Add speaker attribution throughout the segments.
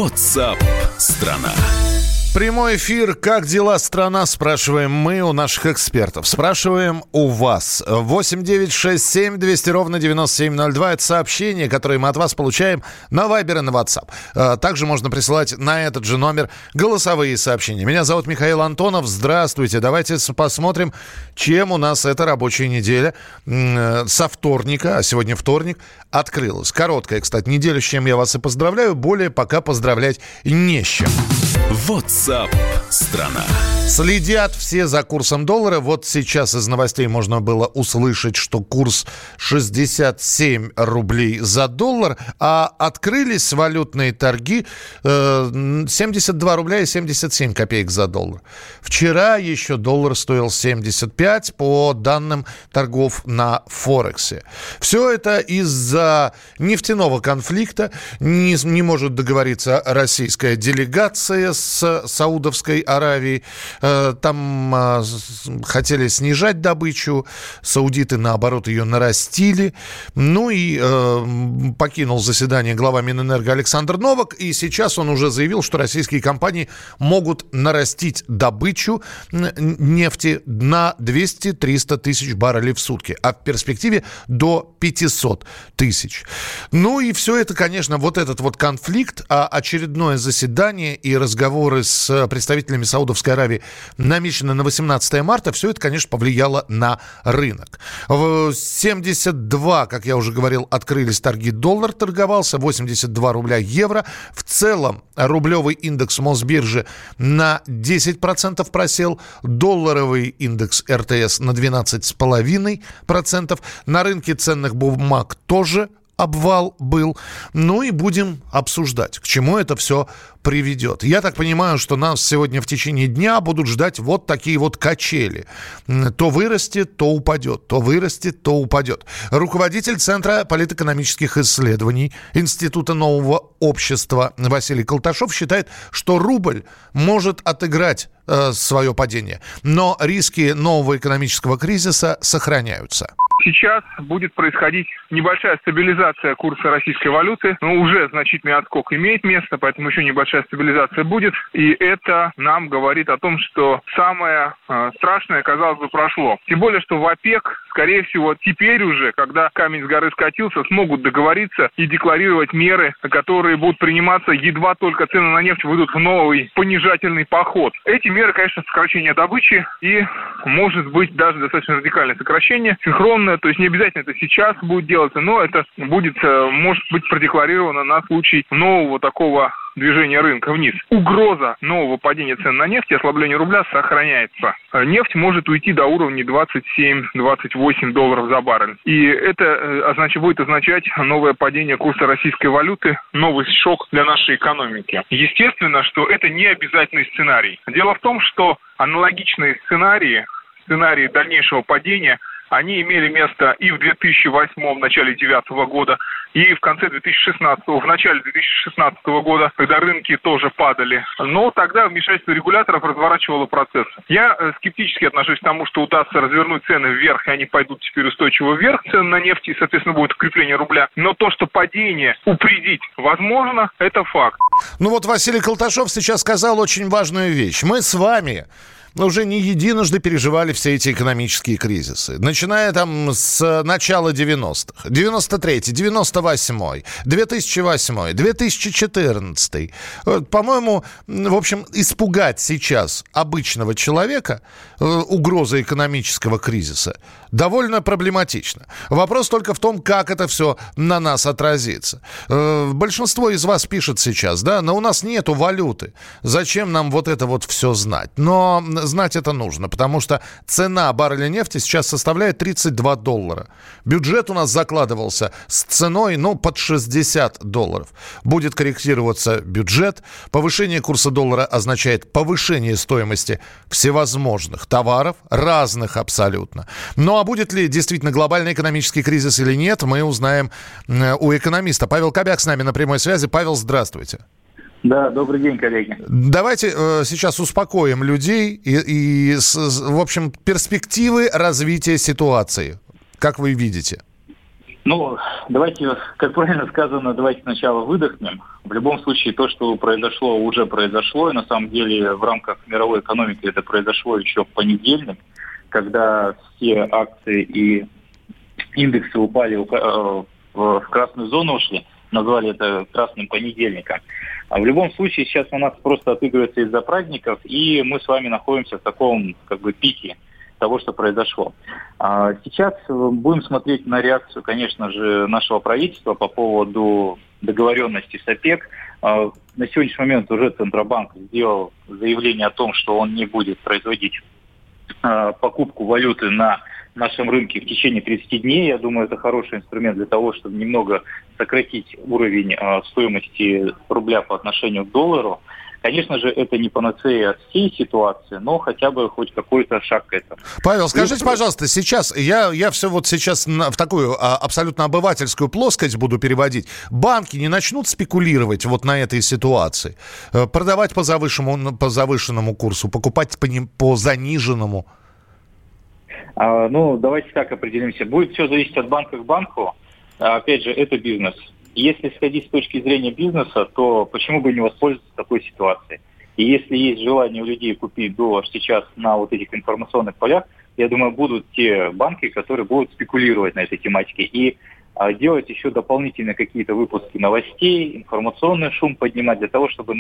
Speaker 1: WhatsApp страна.
Speaker 2: Прямой эфир. Как дела, страна? Спрашиваем мы у наших экспертов. Спрашиваем у вас. 8-967-200-97-02. Это сообщение, которое мы от вас получаем на Viber и на WhatsApp. Также можно присылать на этот же номер голосовые сообщения. Меня зовут Михаил Антонов. Здравствуйте. Давайте посмотрим, чем у нас эта рабочая неделя со вторника, а сегодня вторник, открылась. Короткая, кстати, неделя, с чем я вас и поздравляю. Более пока поздравлять не с чем.
Speaker 1: WhatsApp страна.
Speaker 2: Следят все за курсом доллара. Вот сейчас из новостей можно было услышать, что курс 67 рублей за доллар, а открылись валютные торги 72 рубля и 77 копеек за доллар. Вчера еще доллар стоил 75 по данным торгов на Форексе. Все это из-за нефтяного конфликта. Не может договориться российская делегация с Саудовской Аравией. Там хотели снижать добычу, саудиты, наоборот, ее нарастили. Ну и покинул заседание глава Минэнерго Александр Новак, и сейчас он уже заявил, что российские компании могут нарастить добычу нефти на 200-300 тысяч баррелей в сутки, а в перспективе до 500 тысяч. Ну и все это, конечно, вот этот вот конфликт, очередное заседание и разговоры с представителями Саудовской Аравии намечено на 18 марта, все это, конечно, повлияло на рынок. В 72, как я уже говорил, открылись торги, доллар торговался, 82 рубля евро. В целом рублевый индекс Мосбиржи на 10% просел, долларовый индекс РТС на 12,5%. На рынке ценных бумаг тоже обвал был. Ну и будем обсуждать, к чему это все приведет. Я так понимаю, что нас сегодня в течение дня будут ждать вот такие вот качели. То вырастет, то упадет, то вырастет, то упадет. Руководитель Центра политэкономических исследований Института нового общества Василий Колташов считает, что рубль может отыграть свое падение, но риски нового экономического кризиса сохраняются.
Speaker 3: Сейчас будет происходить небольшая стабилизация курса российской валюты. Уже значительный отскок имеет место, поэтому еще небольшая стабилизация будет. И это нам говорит о том, что самое страшное, казалось бы, прошло. Тем более, что в ОПЕК, скорее всего, теперь уже, когда камень с горы скатился, смогут договориться и декларировать меры, которые будут приниматься, едва только цены на нефть выйдут в новый понижательный поход. Эти меры, конечно, сокращение добычи и, может быть, даже достаточно радикальное сокращение, синхронное. То есть не обязательно это сейчас будет делаться, но это будет, может быть, продекларировано на случай нового такого движения рынка вниз. Угроза нового падения цен на нефть и ослабления рубля сохраняется. Нефть может уйти до уровня 27-28 долларов за баррель. И это будет означать новое падение курса российской валюты, новый шок для нашей экономики. Естественно, что это не обязательный сценарий. Дело в том, что аналогичные сценарии дальнейшего падения, они имели место и в 2008, в начале 2009 года, и в конце 2016, в начале 2016 года, когда рынки тоже падали. Но тогда вмешательство регуляторов разворачивало процесс. Я скептически отношусь к тому, что удастся развернуть цены вверх, и они пойдут теперь устойчиво вверх, цены на нефть, и, соответственно, будет укрепление рубля. Но то, что падение упредить возможно, это факт.
Speaker 2: Ну вот Василий Колташов сейчас сказал очень важную вещь. Мы с вами уже не единожды переживали все эти экономические кризисы. Начиная там с начала 90-х. 93-й, 98-й, 2008-й, 2014-й. По-моему, в общем, испугать сейчас обычного человека угрозой экономического кризиса довольно проблематично. Вопрос только в том, как это все на нас отразится. Большинство из вас пишет сейчас, да, но у нас нету валюты. Зачем нам вот это вот все знать? Но знать это нужно, потому что цена барреля нефти сейчас составляет 32 доллара. Бюджет у нас закладывался с ценой, под 60 долларов. Будет корректироваться бюджет. Повышение курса доллара означает повышение стоимости всевозможных товаров, разных абсолютно. Ну а будет ли действительно глобальный экономический кризис или нет, мы узнаем у экономиста. Павел Кобяк с нами на прямой связи. Павел, здравствуйте.
Speaker 4: Да, добрый день, коллеги.
Speaker 2: Давайте сейчас успокоим людей и, в общем, перспективы развития ситуации. Как вы видите?
Speaker 4: Ну, давайте, как правильно сказано, давайте сначала выдохнем. В любом случае, то, что произошло, уже произошло. И на самом деле в рамках мировой экономики это произошло еще в понедельник, когда все акции и индексы упали в красную зону, ушли. Назвали это красным понедельником. А в любом случае, сейчас у нас просто отыгрывается из-за праздников, и мы с вами находимся в таком пике того, что произошло. Сейчас будем смотреть на реакцию, конечно же, нашего правительства по поводу договоренности с ОПЕК. На сегодняшний момент уже Центробанк сделал заявление о том, что он не будет производить покупку валюты на нашем рынке в течение 30 дней. Я думаю, это хороший инструмент для того, чтобы немного сократить уровень стоимости рубля по отношению к доллару. Конечно же, это не панацея от всей ситуации, но хотя бы хоть какой-то шаг к этому.
Speaker 2: Павел, скажите, пожалуйста, сейчас, я все вот сейчас в такую абсолютно обывательскую плоскость буду переводить. Банки не начнут спекулировать вот на этой ситуации? Продавать по завышенному курсу, покупать по заниженному?
Speaker 4: Давайте так определимся. Будет все зависеть от банка к банку. Опять же, это бизнес. Если сходить с точки зрения бизнеса, то почему бы не воспользоваться такой ситуацией? И если есть желание у людей купить доллар сейчас на вот этих информационных полях, я думаю, будут те банки, которые будут спекулировать на этой тематике и делать еще дополнительно какие-то выпуски новостей, информационный шум поднимать для того, чтобы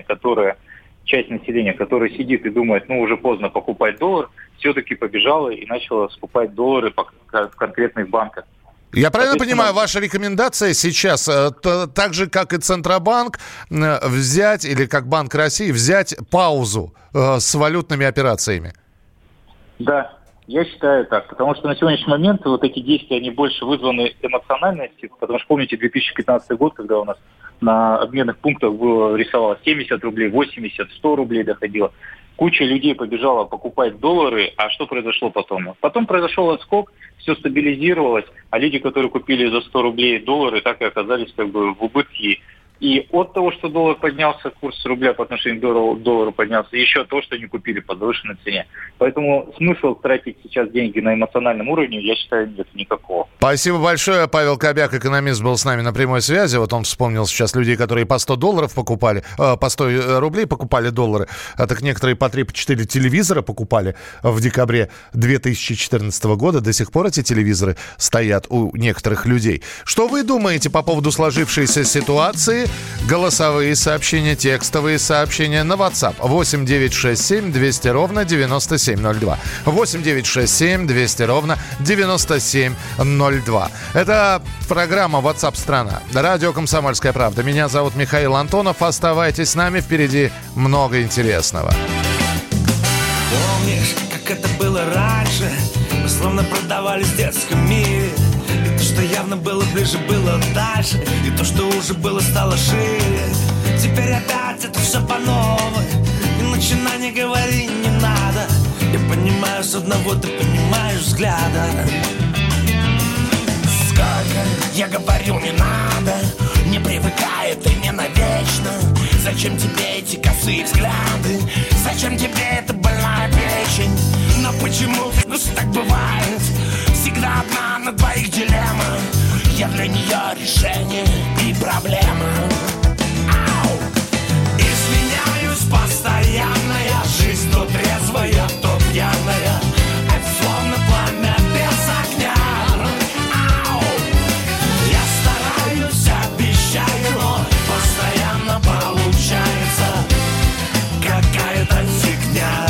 Speaker 4: часть населения, которая сидит и думает, уже поздно покупать доллар, все-таки побежала и начала скупать доллары в конкретных банках.
Speaker 2: Я правильно понимаю, ваша рекомендация сейчас, так же, как и Центробанк, взять, или как Банк России, взять паузу с валютными операциями?
Speaker 4: Да, я считаю так, потому что на сегодняшний момент вот эти действия, они больше вызваны эмоциональностью, потому что помните 2015 год, когда у нас на обменных пунктах рисовалось 70 рублей, 80, 100 рублей доходило. Куча людей побежала покупать доллары, а что произошло потом? Потом произошел отскок, все стабилизировалось, а люди, которые купили за 100 рублей доллары, так и оказались в убытке. И от того, что доллар поднялся, курс рубля по отношению к доллару поднялся, еще от того, что они купили по завышенной цене. Поэтому смысл тратить сейчас деньги на эмоциональном уровне, я считаю, нет никакого.
Speaker 2: Спасибо большое. Павел Кобяк, экономист, был с нами на прямой связи. Вот он вспомнил сейчас людей, которые по 100 долларов покупали, по 100 рублей покупали доллары. А так некоторые по 3-4 телевизора покупали в декабре 2014 года. До сих пор эти телевизоры стоят у некоторых людей. Что вы думаете по поводу сложившейся ситуации? Голосовые сообщения, текстовые сообщения на WhatsApp 8 967 200 ровно 9702. 8 967 200 ровно 9702. Это программа WhatsApp страна. Радио «Комсомольская правда». Меня зовут Михаил Антонов. Оставайтесь с нами. Впереди много интересного.
Speaker 5: Помнишь, как это было раньше? Мы словно продавались в детском мире. И то, что явно было ближе, было дальше. И то, что уже было, стало шире. Теперь опять это все по новой. И начинай, не говори, не надо. Я понимаю с одного, ты понимаешь взгляда. Сколько я говорю, не надо. Не привыкай, это не навечно. Зачем тебе эти косые взгляды? Зачем тебе эта больная печень? Но почему так бывает? Всегда одна на двоих дилемма. Я для нее решение и проблема. Ау! Изменяюсь постоянно. Я жизнь то трезвая, то пьяная. Это словно пламя без огня. Ау! Я стараюсь, обещаю, но постоянно получается какая-то фигня.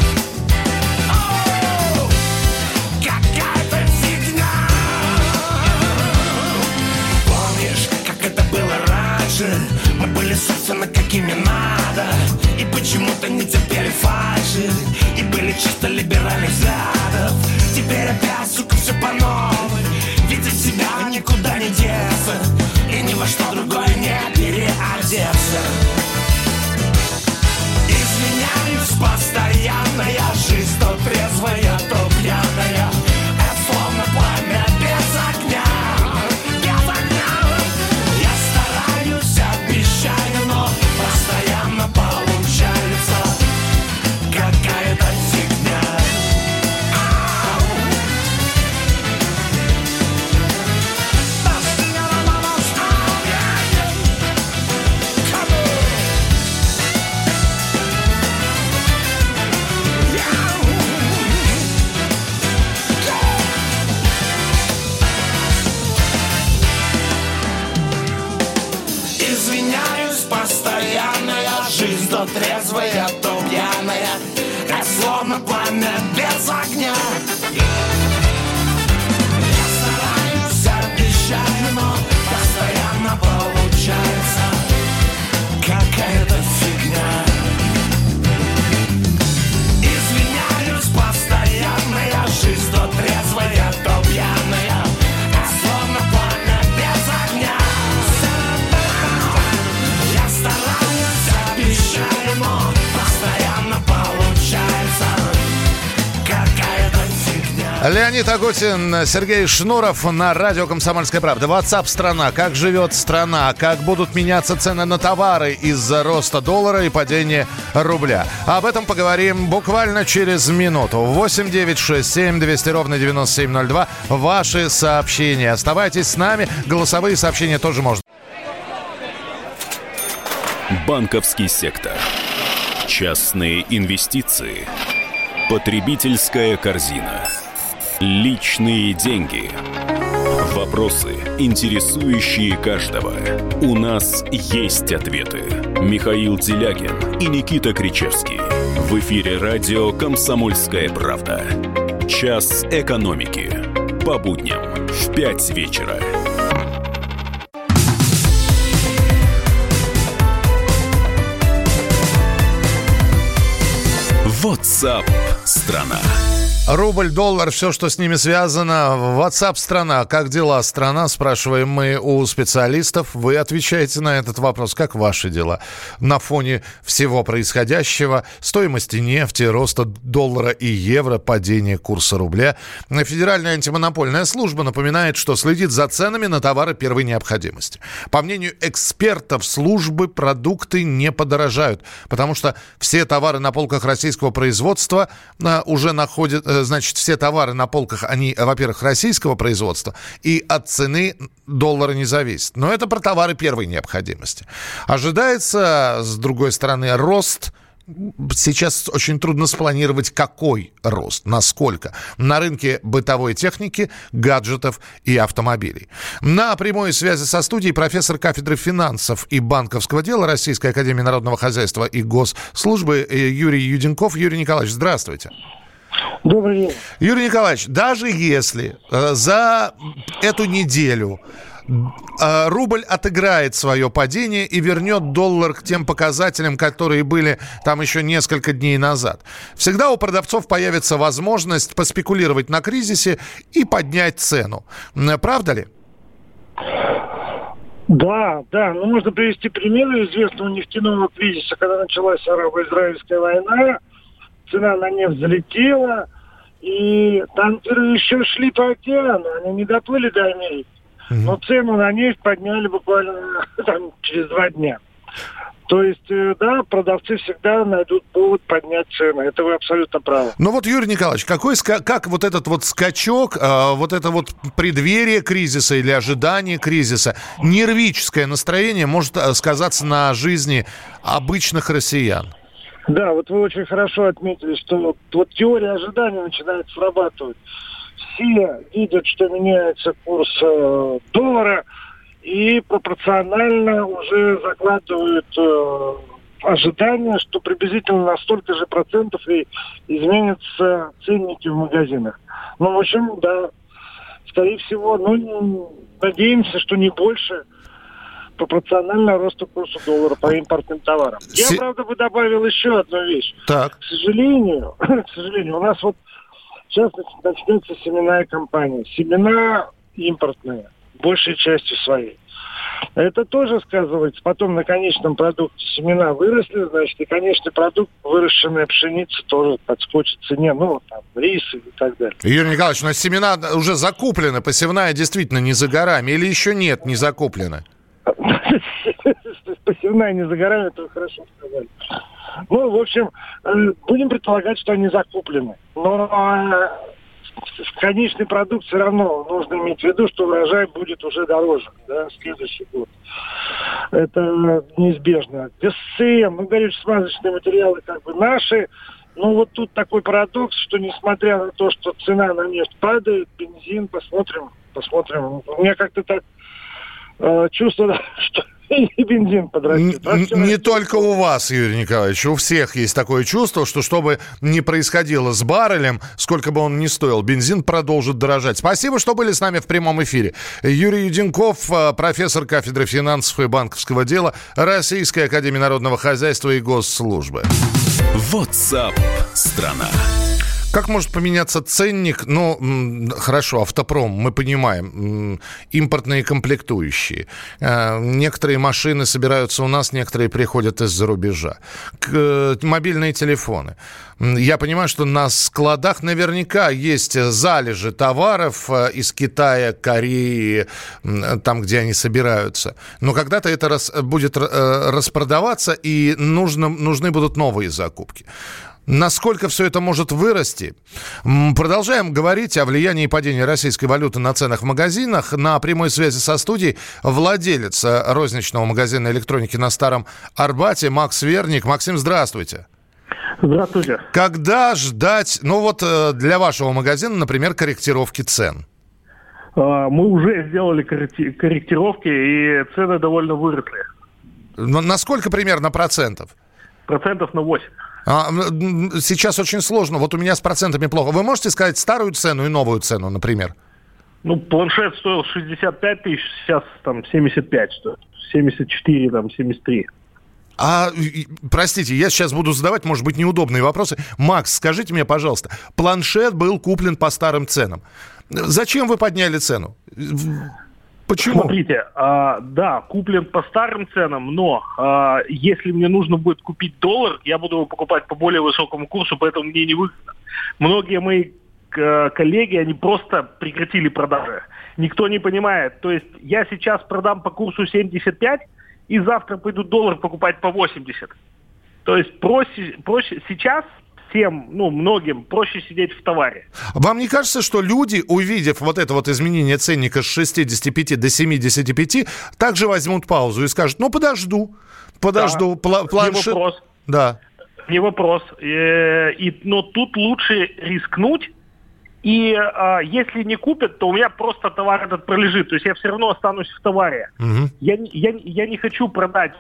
Speaker 5: Мы были, собственно, какими надо. И почему-то не терпели фальши. И были чисто либеральных взглядов. Теперь опять, сука, все по новой. Ведь от себя никуда не деться. И ни во что другое не переодеться. Изменяюсь постоянно. Я жизнь то трезвая, то пьяная. Это словно пламя без огня. Обещаю, но постоянно получается какая-то фигня. трезвая, то пьяная, как словно пламя без огня. Я стараюсь, обещаю, но постоянно получается какая-то фигня. Извиняюсь, постоянно я жизнь то трезвая, то пьяная, а словно пламя без огня. Я стараюсь, обещаю, но постоянно получается какая-то фигня.
Speaker 2: Леонид Агутин, Сергей Шнуров на радио «Комсомольская правда». WhatsApp страна. Как живет страна? Как будут меняться цены на товары из-за роста доллара и падения рубля? Об этом поговорим буквально через минуту. 8 9 6 7 200 ровно 9702. Ваши сообщения. Оставайтесь с нами. Голосовые сообщения тоже можно.
Speaker 1: Банковский сектор. Частные инвестиции. Потребительская корзина. Личные деньги. Вопросы, интересующие каждого. У нас есть ответы. Михаил Делягин и Никита Кричевский. В эфире радио «Комсомольская правда». Час экономики. По будням в 5 вечера. WhatsApp страна.
Speaker 2: Рубль, доллар, все, что с ними связано. WhatsApp страна. Как дела, страна? Спрашиваем мы у специалистов. Вы отвечаете на этот вопрос. Как ваши дела? На фоне всего происходящего, стоимости нефти, роста доллара и евро, падения курса рубля. Федеральная антимонопольная служба напоминает, что следит за ценами на товары первой необходимости. По мнению экспертов службы, продукты не подорожают, потому что все товары на полках российского производства уже находят. Значит, все товары на полках, они, во-первых, российского производства, и от цены доллара не зависят. Но это про товары первой необходимости. Ожидается, с другой стороны, рост. Сейчас очень трудно спланировать, какой рост, насколько. На рынке бытовой техники, гаджетов и автомобилей. На прямой связи со студией профессор кафедры финансов и банковского дела Российской академии народного хозяйства и госслужбы Юрий Юденков. Юрий Николаевич, здравствуйте.
Speaker 6: Добрый день.
Speaker 2: Юрий Николаевич, даже если за эту неделю рубль отыграет свое падение и вернет доллар к тем показателям, которые были там еще несколько дней назад, всегда у продавцов появится возможность поспекулировать на кризисе и поднять цену. Правда ли?
Speaker 6: Да. Ну, можно привести примеры известного нефтяного кризиса, когда началась арабо-израильская война, цена на нефть залетела, и танкеры еще шли по океану, они не доплыли до Америки. Но цену на нефть подняли буквально через 2 дня. То есть, да, продавцы всегда найдут повод поднять цены. Это вы абсолютно правы.
Speaker 2: Ну вот, Юрий Николаевич, как вот этот вот скачок, вот это вот преддверие кризиса или ожидание кризиса, нервическое настроение может сказаться на жизни обычных россиян?
Speaker 6: Да, вот вы очень хорошо отметили, что вот теория ожидания начинает срабатывать. Все видят, что меняется курс доллара, и пропорционально уже закладывают ожидания, что приблизительно на столько же процентов и изменятся ценники в магазинах. Ну, в общем, да, скорее всего, надеемся, что не больше, пропорционально росту курса доллара по импортным товарам. Я, правда, бы добавил еще одну вещь.
Speaker 2: Так.
Speaker 6: К сожалению, у нас вот сейчас начнется семенная кампания. Семена импортные, большей частью своей. Это тоже сказывается потом на конечном продукте. Семена выросли, значит, и конечный продукт, выращенная пшеница, тоже подскочит в цене, рис и так далее.
Speaker 2: Юрий Николаевич, но семена уже закуплены, посевная действительно не за горами, или еще нет, не закуплены?
Speaker 6: Посевная не за горами, это вы хорошо сказали. Ну, в общем, будем предполагать, что они закуплены. Но конечный продукт все равно нужно иметь в виду, что урожай будет уже дороже, да, в следующий год. Это неизбежно. ГСМ, горюче-смазочные материалы как бы наши. Но вот тут такой парадокс, что несмотря на то, что цена на нефть падает, бензин, посмотрим. У меня как-то так чувство, что и бензин подрастет.
Speaker 2: Не только у вас, Юрий Николаевич, у всех есть такое чувство, что бы ни происходило с баррелем, сколько бы он ни стоил, бензин продолжит дорожать. Спасибо, что были с нами в прямом эфире. Юрий Юденков, профессор кафедры финансов и банковского дела Российской академии народного хозяйства и госслужбы.
Speaker 1: WhatsApp страна.
Speaker 2: Как может поменяться ценник? Хорошо, автопром, мы понимаем, импортные комплектующие. Некоторые машины собираются у нас, некоторые приходят из-за рубежа. Мобильные телефоны. Я понимаю, что на складах наверняка есть залежи товаров из Китая, Кореи, там, где они собираются. Но когда-то это будет распродаваться, и нужны будут новые закупки. Насколько все это может вырасти? Продолжаем говорить о влиянии падения российской валюты на ценах в магазинах. На прямой связи со студией владелец розничного магазина электроники на Старом Арбате Макс Верник. Максим, здравствуйте.
Speaker 6: Здравствуйте.
Speaker 2: Когда ждать, для вашего магазина, например, корректировки цен?
Speaker 6: Мы уже сделали корректировки, и цены довольно выросли.
Speaker 2: На сколько примерно процентов?
Speaker 6: Процентов на 8.
Speaker 2: Сейчас очень сложно. Вот у меня с процентами плохо. Вы можете сказать старую цену и новую цену, например?
Speaker 6: Планшет стоил 65 тысяч, сейчас там 75 стоит. 74, там 73.
Speaker 2: Простите, я сейчас буду задавать, может быть, неудобные вопросы. Макс, скажите мне, пожалуйста, планшет был куплен по старым ценам. Зачем вы подняли цену? Почему?
Speaker 6: Смотрите, куплен по старым ценам, но если мне нужно будет купить доллар, я буду его покупать по более высокому курсу, поэтому мне не выгодно. Многие мои коллеги, они просто прекратили продажи. Никто не понимает. То есть я сейчас продам по курсу 75, и завтра пойду доллар покупать по 80. То есть проще сейчас... многим проще сидеть в товаре.
Speaker 2: Вам не кажется, что люди, увидев вот это вот изменение ценника с 65 до 75, также возьмут паузу и скажут, подожду. Планшет...
Speaker 6: Не вопрос.
Speaker 2: Да.
Speaker 6: Не вопрос. Но тут лучше рискнуть. И если не купят, то у меня просто товар этот пролежит. То есть я все равно останусь в товаре. Угу. Я не хочу продать,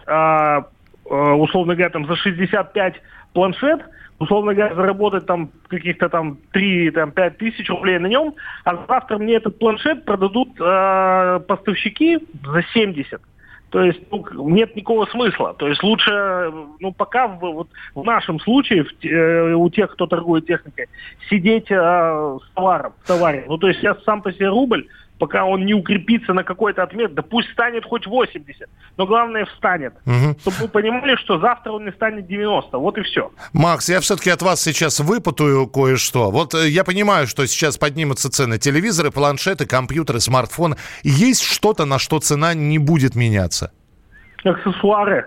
Speaker 6: условно говоря, за 65 планшет, условно говоря, заработать каких-то 3-5 тысяч рублей на нем, а завтра мне этот планшет продадут поставщики за 70. То есть нет никакого смысла. То есть лучше, пока в нашем случае, у тех, кто торгует техникой, сидеть с товаром, в товаре. То есть сейчас сам по себе рубль, пока он не укрепится на какой-то отмет, да пусть станет хоть 80, но главное встанет. Угу. Чтобы вы понимали, что завтра он не станет 90. Вот и все.
Speaker 2: Макс, я все-таки от вас сейчас выпутаю кое-что. Вот я понимаю, что сейчас поднимутся цены телевизоры, планшеты, компьютеры, смартфоны. Есть что-то, на что цена не будет меняться?
Speaker 6: Аксессуары.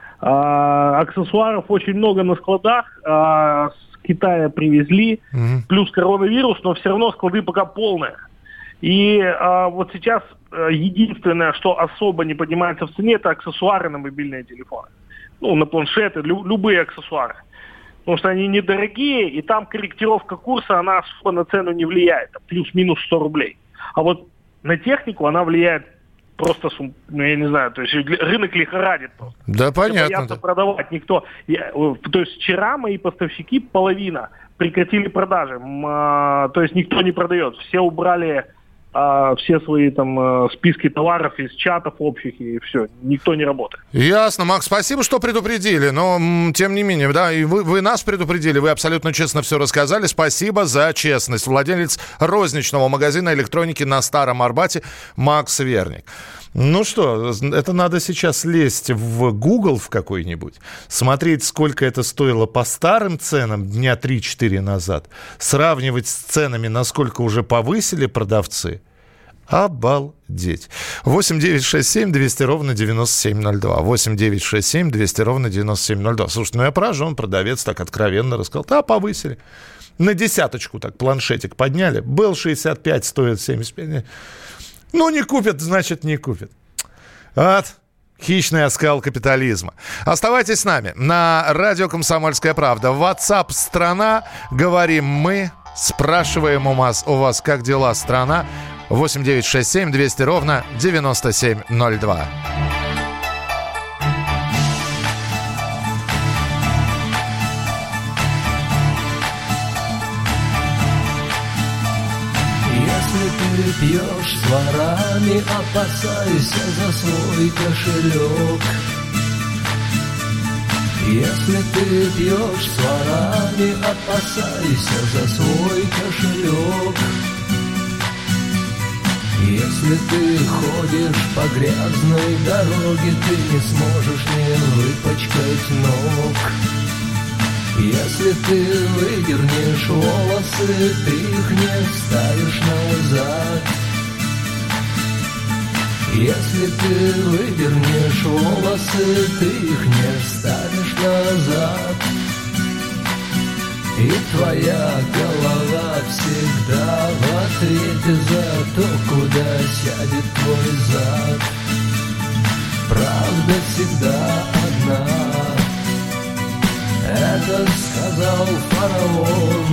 Speaker 6: Аксессуаров очень много на складах. С Китая привезли. Угу. Плюс коронавирус, но все равно склады пока полные. И вот сейчас единственное, что особо не поднимается в цене, это аксессуары на мобильные телефоны. На планшеты, любые аксессуары. Потому что они недорогие, и там корректировка курса, она особо на цену не влияет. Плюс-минус 100 рублей. А вот на технику она влияет просто, я не знаю, то есть рынок лихорадит просто.
Speaker 2: Да, понятно.
Speaker 6: Боятся продавать никто. То есть вчера мои поставщики, половина, прекратили продажи. То есть никто не продает. Все убрали все свои списки товаров из чатов общих, и все, никто не работает.
Speaker 2: Ясно, Макс, спасибо, что предупредили, но тем не менее, да, и вы нас предупредили, вы абсолютно честно все рассказали, спасибо за честность. Владелец розничного магазина электроники на Старом Арбате Макс Верник. Что, это надо сейчас лезть в Google в какой-нибудь, смотреть, сколько это стоило по старым ценам дня 3-4 назад, сравнивать с ценами, насколько уже повысили продавцы. Обалдеть. 8-967-200-97-02. 8-967-200-97-02. Слушайте, я поражен, продавец так откровенно рассказал. Да, повысили. На 10 так планшетик подняли. Был 65, стоит 75. Не купят, значит, не купят. Хищный оскал капитализма. Оставайтесь с нами на радио «Комсомольская правда». WhatsApp страна. Говорим мы. Спрашиваем у вас, как дела, страна. 8-967-200-97-02.
Speaker 7: пьешь с ворами, опасайся за свой кошелек. Если ты пьешь с ворами, опасайся за свой кошелек. Если ты ходишь по грязной дороге, ты не сможешь не выпачкать ног. Если ты выдернешь волосы, ты их не вставишь назад. Если ты выдернешь волосы, ты их не вставишь назад. И твоя голова всегда в ответе за то, куда сядет твой зад. Правда всегда одна. Это сказал фараон.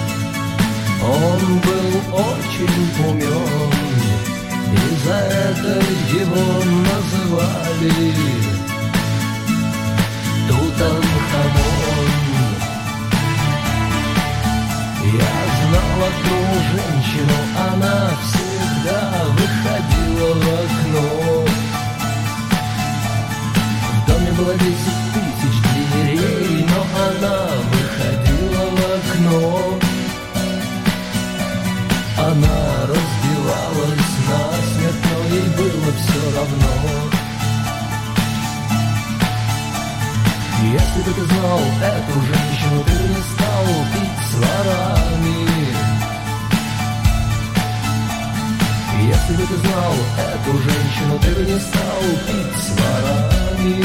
Speaker 7: Он был очень умен, и за это его называли Тутанхамон. Я знал одну женщину, она всегда выходила в окно. В доме было 10 тысяч дверей, но она выходила в окно. Она разбивалась насмерть, но ей было все равно. Если бы ты знал эту женщину, ты не стал пить с ворами. Если бы ты знал эту женщину, ты бы не стал пить с ворами.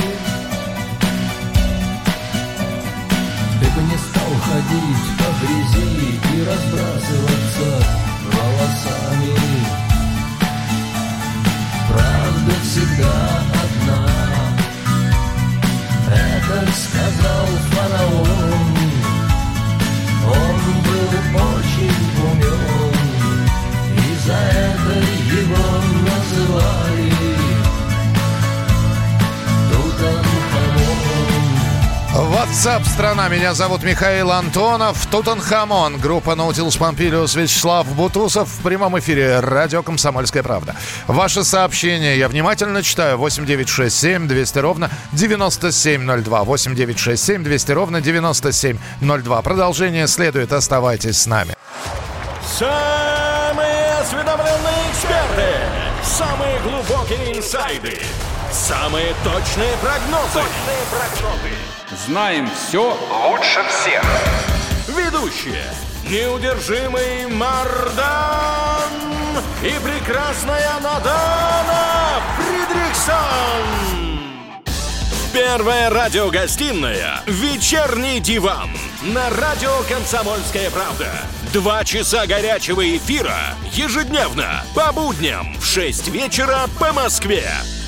Speaker 7: Ты бы не стал ходить по грязи и разбрасываться волосами. Правда всегда одна. Это сказал фараон. Он был очень умен, и за это его называли Тутанхамон.
Speaker 2: WhatsApp страна. Меня зовут Михаил Антонов. Тутанхамон. Группа Наутилус Помпилиус, Вячеслав Бутусов. В прямом эфире радио «Комсомольская правда». Ваши сообщения я внимательно читаю. 8967 200 ровно 9702. 8967 200 ровно 9702. Продолжение следует. Оставайтесь с нами.
Speaker 1: Самые осведомленные эксперты. Самые глубокие инсайды. Самые точные прогнозы.
Speaker 8: Знаем все лучше всех.
Speaker 1: Ведущие: неудержимый Мардан и прекрасная Надана Фридрихсон. Первая радиогостинная «Вечерний диван» на радио «Комсомольская правда». 2 часа горячего эфира ежедневно по будням в 6 вечера по Москве.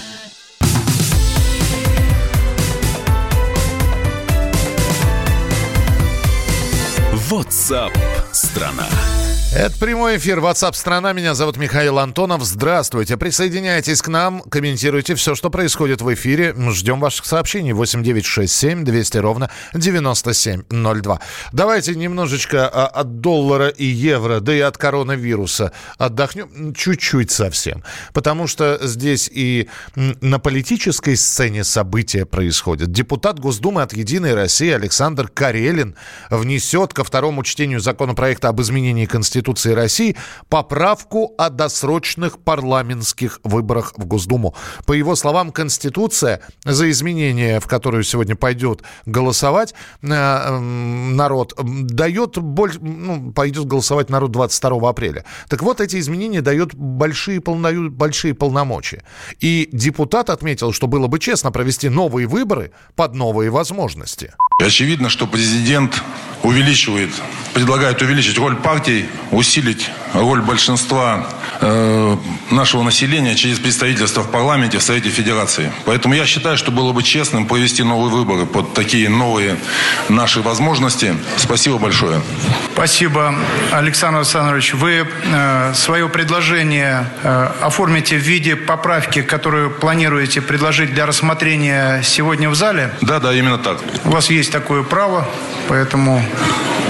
Speaker 1: WhatsApp страна.
Speaker 2: Это прямой эфир WhatsApp страна. Меня зовут Михаил Антонов. Здравствуйте. Присоединяйтесь к нам, комментируйте все, что происходит в эфире. Ждем ваших сообщений. 8967 200 ровно 9702. Давайте немножечко от доллара и евро, да и от коронавируса отдохнем чуть-чуть совсем. Потому что здесь и на политической сцене события происходят. Депутат Госдумы от «Единой России» Александр Карелин внесет ко второму чтению законопроекта об изменении Конституции России поправку о досрочных парламентских выборах в Госдуму. По его словам, Конституция, за изменение, в которую сегодня пойдет голосовать народ, пойдет голосовать народ 22 апреля. Так вот, эти изменения дают большие полномочия. И депутат отметил, что было бы честно провести новые выборы под новые возможности.
Speaker 9: Очевидно, что президент предлагает увеличить роль партий, усилить роль большинства нашего населения через представительство в парламенте, в Совете Федерации. Поэтому я считаю, что было бы честным провести новые выборы под такие новые наши возможности. Спасибо большое.
Speaker 10: Спасибо, Александр Александрович. Вы свое предложение оформите в виде поправки, которую планируете предложить для рассмотрения сегодня в зале?
Speaker 9: Да, именно так.
Speaker 10: У вас есть такое право, поэтому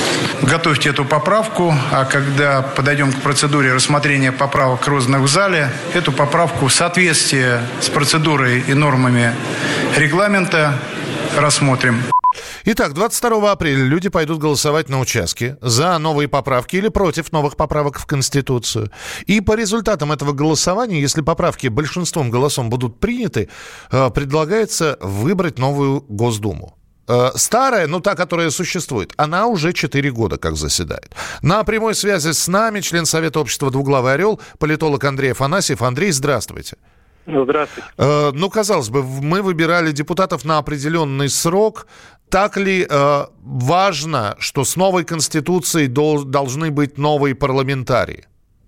Speaker 10: готовьте эту поправку, а когда подойдем к процедуре рассмотрения поправок розданных в зале, эту поправку в соответствии с процедурой и нормами регламента рассмотрим.
Speaker 2: Итак, 22 апреля люди пойдут голосовать на участке за новые поправки или против новых поправок в Конституцию. И по результатам этого голосования, если поправки большинством голосов будут приняты, предлагается выбрать новую Госдуму. Старая, ну та, которая существует, она уже 4 года как заседает. На прямой связи с нами член Совета общества «Двуглавый орел», политолог Андрей Афанасьев. Андрей, здравствуйте.
Speaker 11: Здравствуйте.
Speaker 2: Ну, казалось бы, мы выбирали депутатов на определенный срок. Так ли важно, что с новой Конституцией должны быть новые парламентарии?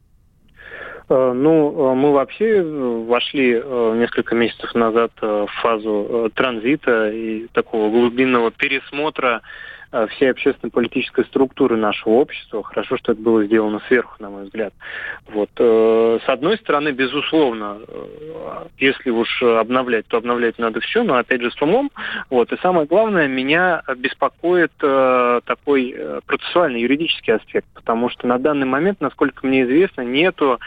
Speaker 11: Мы вообще вошли несколько месяцев назад в фазу транзита и такого глубинного пересмотра всей общественно-политической структуры нашего общества. Хорошо, что это было сделано сверху, на мой взгляд. С одной стороны, безусловно, если уж обновлять, то обновлять надо все, но опять же с умом. И самое главное, меня беспокоит такой процессуальный юридический аспект, потому что на данный момент, насколько мне известно, нету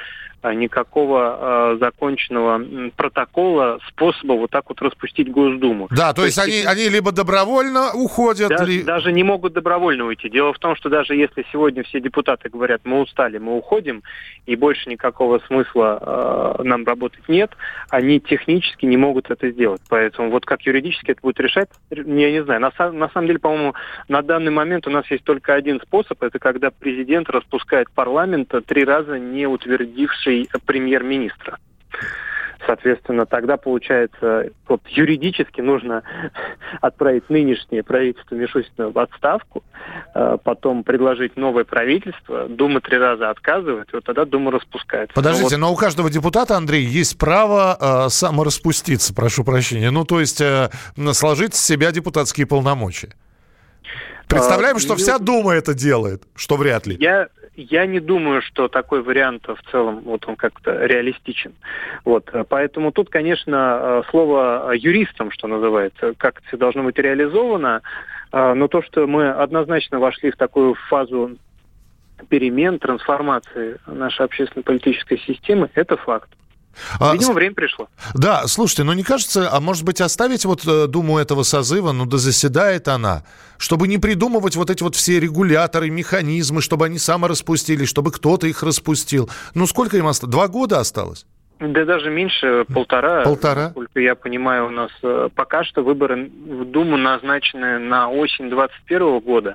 Speaker 11: никакого законченного протокола, способа вот так вот распустить Госдуму.
Speaker 2: Да, то есть они либо добровольно уходят...
Speaker 11: Даже не могут добровольно уйти. Дело в том, что даже если сегодня все депутаты говорят, мы устали, мы уходим, и больше никакого смысла нам работать нет, они технически не могут это сделать. Поэтому вот как юридически это будет решать, я не знаю. На самом деле, по-моему, на данный момент у нас есть только один способ, это когда президент распускает парламент 3 раза не утвердивший премьер-министра. Соответственно, тогда, получается, юридически нужно отправить нынешнее правительство Мишустина в отставку, потом предложить новое правительство, Дума 3 раза отказывает, и тогда Дума распускается.
Speaker 2: Подождите, но у каждого депутата, Андрей, есть право самораспуститься, прошу прощения. То есть сложить с себя депутатские полномочия. Представляем, что вся Дума это делает, что вряд ли.
Speaker 11: Я не думаю, что такой вариант в целом он как-то реалистичен. Поэтому тут, конечно, слово юристам, что называется, как это все должно быть реализовано, но то, что мы однозначно вошли в такую фазу перемен, трансформации нашей общественно-политической системы, это факт. Видимо, время пришло.
Speaker 2: Да, слушайте, не кажется, а может быть оставить Думу этого созыва, дозаседает она, чтобы не придумывать эти все регуляторы, механизмы, чтобы они самораспустились, чтобы кто-то их распустил. Сколько им осталось? 2 года осталось?
Speaker 11: Да даже меньше, 1,5.
Speaker 2: 1,5?
Speaker 11: Насколько я понимаю, у нас пока что выборы в Думу назначены на осень 2021 года.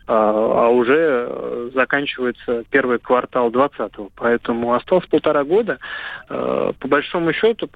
Speaker 11: А уже заканчивается первый квартал 2020-го. Поэтому осталось 1,5 года. По большому счету,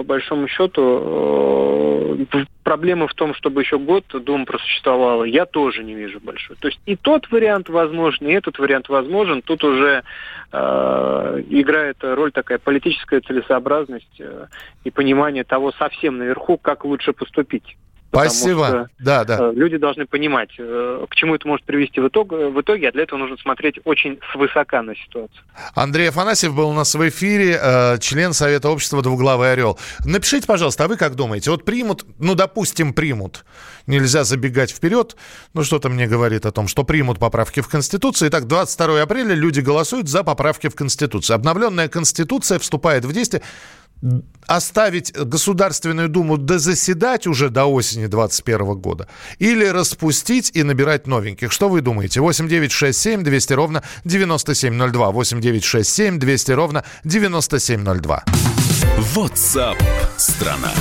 Speaker 11: проблемы в том, чтобы еще год Дума просуществовала, я тоже не вижу большой. То есть и тот вариант возможен, и этот вариант возможен. Тут уже играет роль такая политическая целесообразность и понимание того совсем наверху, как лучше поступить.
Speaker 2: Спасибо.
Speaker 11: Потому что люди должны понимать, к чему это может привести в итоге, а для этого нужно смотреть очень свысока на ситуацию.
Speaker 2: Андрей Афанасьев был у нас в эфире, член Совета общества «Двуглавый орел». Напишите, пожалуйста, а вы как думаете? Примут, допустим, примут. Нельзя забегать вперед. Что-то мне говорит о том, что примут поправки в Конституцию. Итак, 22 апреля люди голосуют за поправки в Конституцию. Обновленная Конституция вступает в действие. Оставить Государственную Думу дозаседать уже до осени 2021 года или распустить и набирать новеньких? Что вы думаете? 8 9 6 7 200 ровно 9702. 8 9 6 7 200 ровно 9702.
Speaker 1: WhatsApp страна.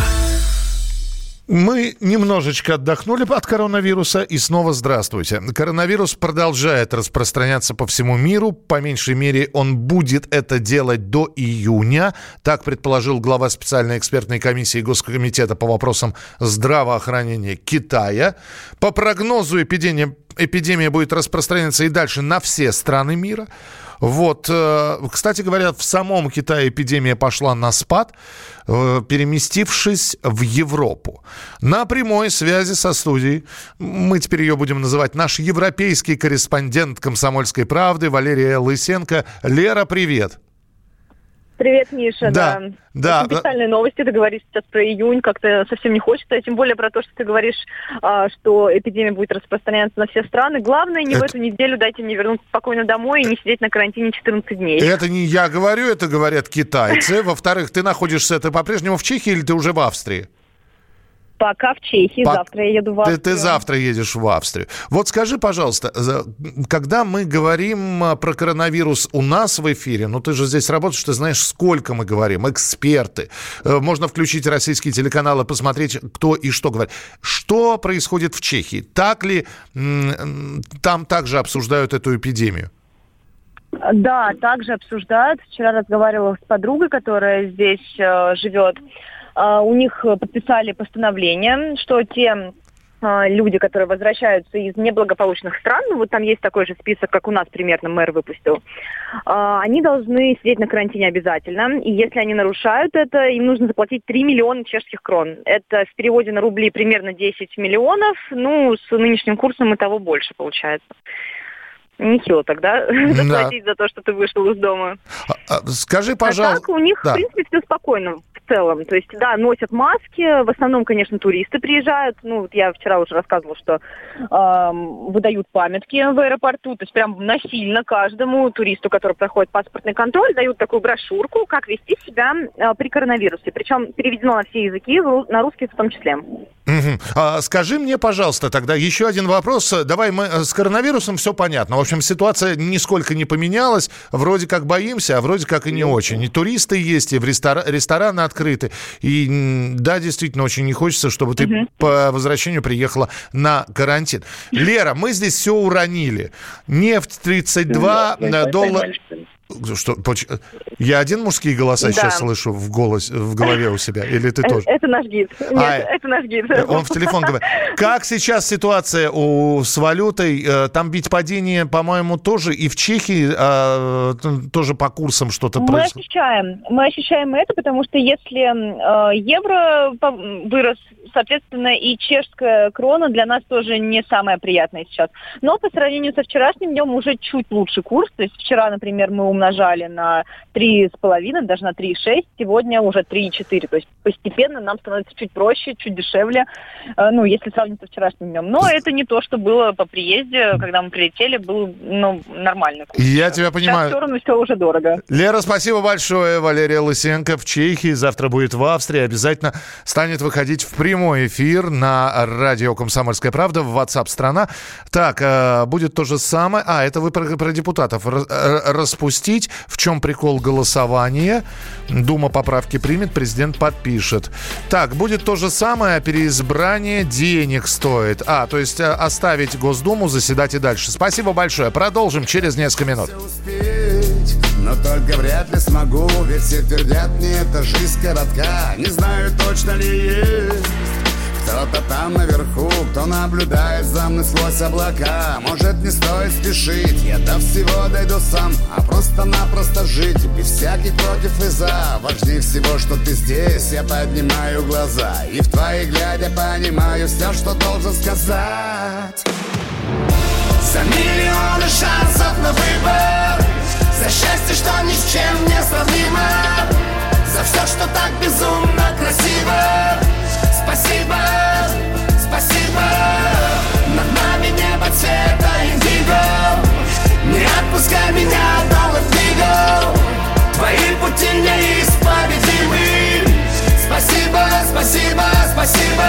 Speaker 2: Мы немножечко отдохнули от коронавируса и снова здравствуйте. Коронавирус продолжает распространяться по всему миру. По меньшей мере, он будет это делать до июня. Так предположил глава специальной экспертной комиссии Госкомитета по вопросам здравоохранения Китая. По прогнозу эпидемия будет распространяться и дальше на все страны мира. Кстати говоря, в самом Китае эпидемия пошла на спад, переместившись в Европу. На прямой связи со студией, мы теперь ее будем называть, наш европейский корреспондент «Комсомольской правды» Валерия Лысенко. Лера, привет.
Speaker 12: Привет, Миша.
Speaker 2: Да.
Speaker 12: Очень печальные новости. Ты говоришь сейчас про июнь, как-то совсем не хочется. Тем более про то, что ты говоришь, что эпидемия будет распространяться на все страны. Главное, в эту неделю дайте мне вернуться спокойно домой и не сидеть на карантине 14 дней.
Speaker 2: Это не я говорю, это говорят китайцы. Во-вторых, ты находишься по-прежнему в Чехии или ты уже в Австрии?
Speaker 12: Пока в Чехии, завтра я еду в Австрию.
Speaker 2: Ты завтра едешь в Австрию. Вот скажи, пожалуйста, когда мы говорим про коронавирус у нас в эфире, ты же здесь работаешь, ты знаешь, сколько мы говорим, эксперты. Можно включить российские телеканалы, посмотреть, кто и что говорит. Что происходит в Чехии? Так ли там также обсуждают эту эпидемию?
Speaker 12: Да, также обсуждают. Вчера разговаривала с подругой, которая здесь живет. У них подписали постановление, что те люди, которые возвращаются из неблагополучных стран, там есть такой же список, как у нас примерно мэр выпустил, они должны сидеть на карантине обязательно. И если они нарушают это, им нужно заплатить 3 миллиона чешских крон. Это в переводе на рубли примерно 10 миллионов. С нынешним курсом и того больше получается. Нехило тогда заплатить за то, что ты вышел из дома.
Speaker 2: Скажи, пожалуйста.
Speaker 12: А так у них, в принципе, все спокойно в целом. То есть, да, носят маски. В основном, конечно, туристы приезжают. Я вчера уже рассказывала, что выдают памятки в аэропорту. То есть, прям насильно каждому туристу, который проходит паспортный контроль, дают такую брошюрку, как вести себя при коронавирусе. Причем переведено на все языки, на русский в том числе.
Speaker 2: Скажи мне, пожалуйста, тогда еще один вопрос. Давай, мы с коронавирусом все понятно. В общем, ситуация нисколько не поменялась. Вроде как боимся, а вроде как и не очень. И туристы есть, и в рестораны открыты. И да, действительно, очень не хочется, чтобы ты по возвращению приехала на карантин. Лера, мы здесь все уронили. Нефть 32 доллара. Что, я один мужские голоса сейчас слышу в голове у себя? Или ты тоже?
Speaker 12: Это наш гид. Нет, это наш гид.
Speaker 2: Он в телефон говорит. Как сейчас ситуация с валютой? Там ведь падение, по-моему, тоже и в Чехии тоже по курсам что-то происходит.
Speaker 12: Мы ощущаем это, потому что если евро вырос, соответственно, и чешская крона для нас тоже не самая приятная сейчас. Но по сравнению со вчерашним днем уже чуть лучше курс. То есть вчера, например, мы умножали на 3,5, даже на 3,6. Сегодня уже 3,4. То есть постепенно нам становится чуть проще, чуть дешевле, если сравнить со вчерашним днем. Но это не то, что было по приезде, когда мы прилетели, был нормальный курс.
Speaker 2: Я тебя понимаю.
Speaker 12: Сейчас в сторону все уже дорого.
Speaker 2: Лера, спасибо большое. Валерия Лысенко в Чехии, завтра будет в Австрии. Обязательно станет выходить в прямой эфир на радио «Комсомольская правда» в WhatsApp страна. Так, будет то же самое. Это вы про депутатов. Распустить. В чем прикол голосования? Дума поправки примет, президент подпишет. Так, будет то же самое, переизбрание денег стоит. То есть оставить Госдуму, заседать и дальше. Спасибо большое. Продолжим через несколько минут.
Speaker 13: Но только вряд ли смогу, ведь все твердят мне, это жизнь коротка. Не знаю, точно ли есть кто-то там наверху, кто наблюдает за мной сквозь облака. Может, не стоит спешить, я до всего дойду сам, а просто-напросто жить без всяких против и за. Важнее всего, что ты здесь, я поднимаю глаза и в твои глядя понимаю все, что должен сказать. За миллионы шансов на выбор, за счастье, что ни с чем не сравнимо, за все, что так безумно красиво. Спасибо, спасибо. Над нами небо цвета индиго. Не отпускай меня, доллар книгу. Твои пути неисповедимы. Спасибо, спасибо, спасибо.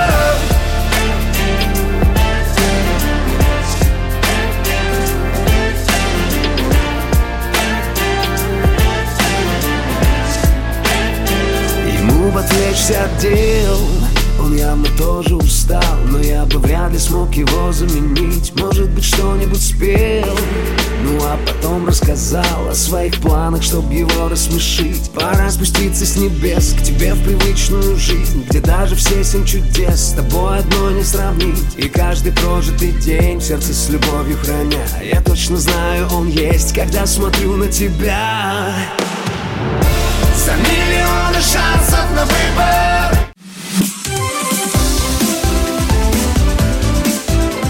Speaker 7: Ему бы отвлечься от дел, он явно тоже устал, но я бы вряд ли смог его заменить. Может быть, что-нибудь спел, а потом рассказал о своих планах, чтобы его рассмешить. Пора спуститься с небес к тебе в привычную жизнь, где даже все 7 чудес с тобой одно не сравнить. И каждый прожитый день в сердце с любовью храня, я точно знаю, он есть, когда смотрю на тебя.
Speaker 13: За миллионы шансов на выбор.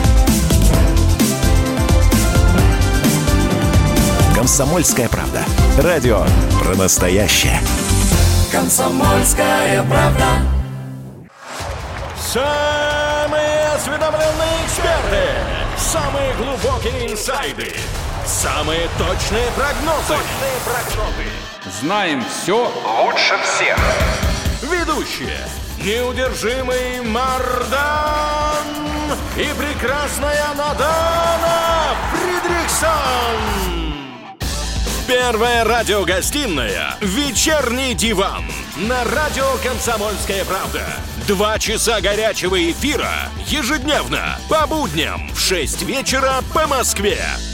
Speaker 1: «Комсомольская правда». Радио про настоящее.
Speaker 7: «Комсомольская правда».
Speaker 14: Самые осведомленные эксперты, самые глубокие инсайды, самые точные прогнозы.
Speaker 8: Знаем все лучше всех.
Speaker 14: Ведущие: неудержимый Мардан и прекрасная Надана Фридрихсон. Первая радиогостинная «Вечерний диван» на радио «Комсомольская правда». 2 часа горячего эфира ежедневно по будням в 6 вечера по Москве.